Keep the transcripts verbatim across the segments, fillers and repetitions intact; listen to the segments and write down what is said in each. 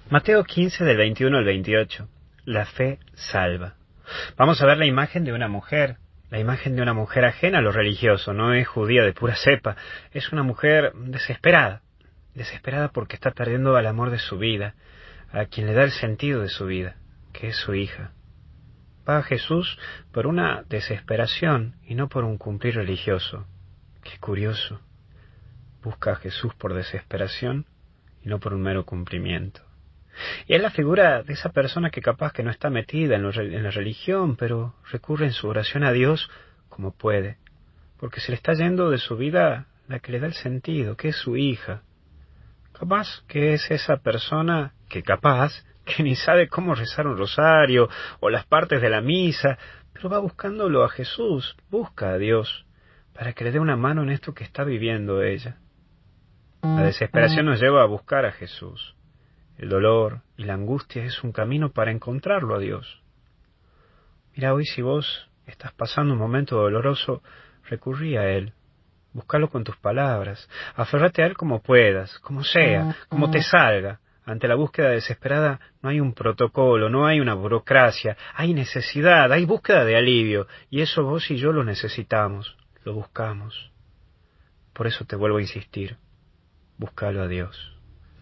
Mateo quince del veintiuno al veintiocho. La fe salva. Vamos a ver la imagen de una mujer. La imagen de una mujer ajena a lo religioso. No es judía de pura cepa. Es una mujer desesperada. Desesperada porque está perdiendo al amor de su vida, a quien le da el sentido de su vida, que es su hija. Va a Jesús por una desesperación y no por un cumplir religioso. Qué curioso. Busca a Jesús por desesperación y no por un mero cumplimiento. Y es la figura de esa persona que capaz que no está metida en, lo, en la religión, pero recurre en su oración a Dios como puede, porque se le está yendo de su vida la que le da el sentido, que es su hija. Capaz que es esa persona que capaz que ni sabe cómo rezar un rosario o las partes de la misa, pero va buscándolo a Jesús, busca a Dios, para que le dé una mano en esto que está viviendo ella. La desesperación nos lleva a buscar a Jesús. El dolor y la angustia es un camino para encontrarlo a Dios. Mira, hoy si vos estás pasando un momento doloroso, recurrí a Él. Búscalo con tus palabras. Aférrate a Él como puedas, como sea, como te salga. Ante la búsqueda desesperada no hay un protocolo, no hay una burocracia. Hay necesidad, hay búsqueda de alivio. Y eso vos y yo lo necesitamos, lo buscamos. Por eso te vuelvo a insistir. Búscalo a Dios.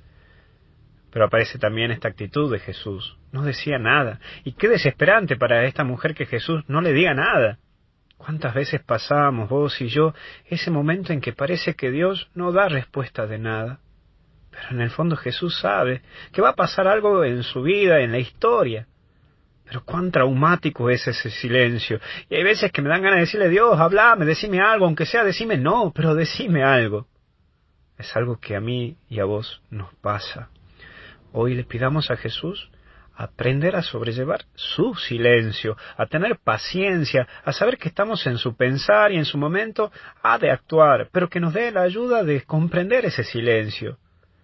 Pero aparece también esta actitud de Jesús. No decía nada. Y qué desesperante para esta mujer que Jesús no le diga nada. ¿Cuántas veces pasamos vos y yo ese momento en que parece que Dios no da respuesta de nada? Pero en el fondo Jesús sabe que va a pasar algo en su vida, en la historia. Pero cuán traumático es ese silencio. Y hay veces que me dan ganas de decirle, Dios, hablame, decime algo, aunque sea decime no, pero decime algo. Es algo que a mí y a vos nos pasa. Hoy le pidamos a Jesús aprender a sobrellevar su silencio, a tener paciencia, a saber que estamos en su pensar y en su momento ha de actuar, pero que nos dé la ayuda de comprender ese silencio.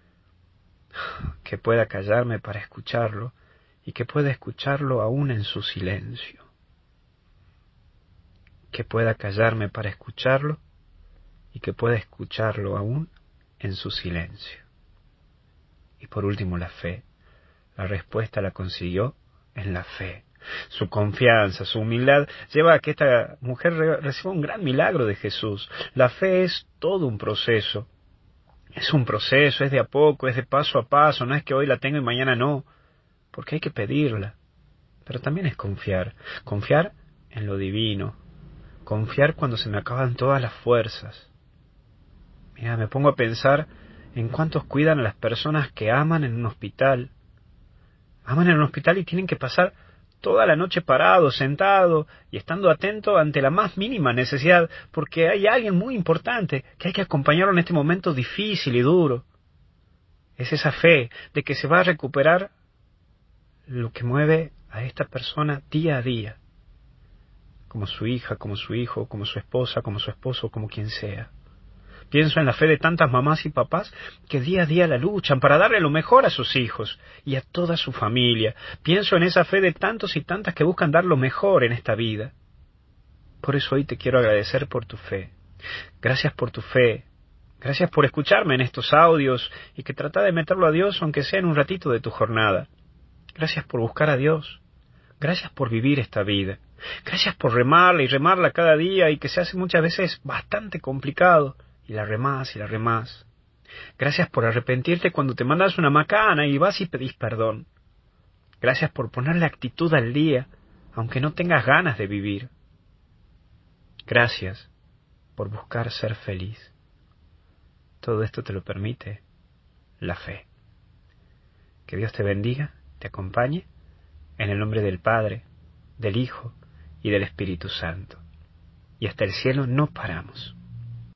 Que pueda callarme para escucharlo y que pueda escucharlo aún en su silencio. Que pueda callarme para escucharlo y que pueda escucharlo aún en su silencio. Y por último, la fe. La respuesta la consiguió en la fe. Su confianza, su humildad lleva a que esta mujer reciba un gran milagro de Jesús. La fe es todo un proceso. Es un proceso, es de a poco, es de paso a paso. No es que hoy la tengo y mañana no, porque hay que pedirla. Pero también es confiar. Confiar en lo divino. Confiar cuando se me acaban todas las fuerzas. Mira, me pongo a pensar en cuántos cuidan a las personas que aman en un hospital. Aman en un hospital y tienen que pasar toda la noche parado, sentado y estando atento ante la más mínima necesidad, porque hay alguien muy importante que hay que acompañarlo en este momento difícil y duro. Es esa fe de que se va a recuperar lo que mueve a esta persona día a día, como su hija, como su hijo, como su esposa, como su esposo, como quien sea. Pienso en la fe de tantas mamás y papás que día a día la luchan para darle lo mejor a sus hijos y a toda su familia. Pienso en esa fe de tantos y tantas que buscan dar lo mejor en esta vida. Por eso hoy te quiero agradecer por tu fe. Gracias por tu fe. Gracias por escucharme en estos audios y que trata de meterlo a Dios aunque sea en un ratito de tu jornada. Gracias por buscar a Dios. Gracias por vivir esta vida. Gracias por remarla y remarla cada día y que se hace muchas veces bastante complicado. Y la remás y la remás. Gracias por arrepentirte cuando te mandas una macana y vas y pedís perdón. Gracias por ponerle actitud al día, aunque no tengas ganas de vivir. Gracias por buscar ser feliz. Todo esto te lo permite la fe. Que Dios te bendiga, te acompañe, en el nombre del Padre, del Hijo y del Espíritu Santo. Y hasta el cielo no paramos.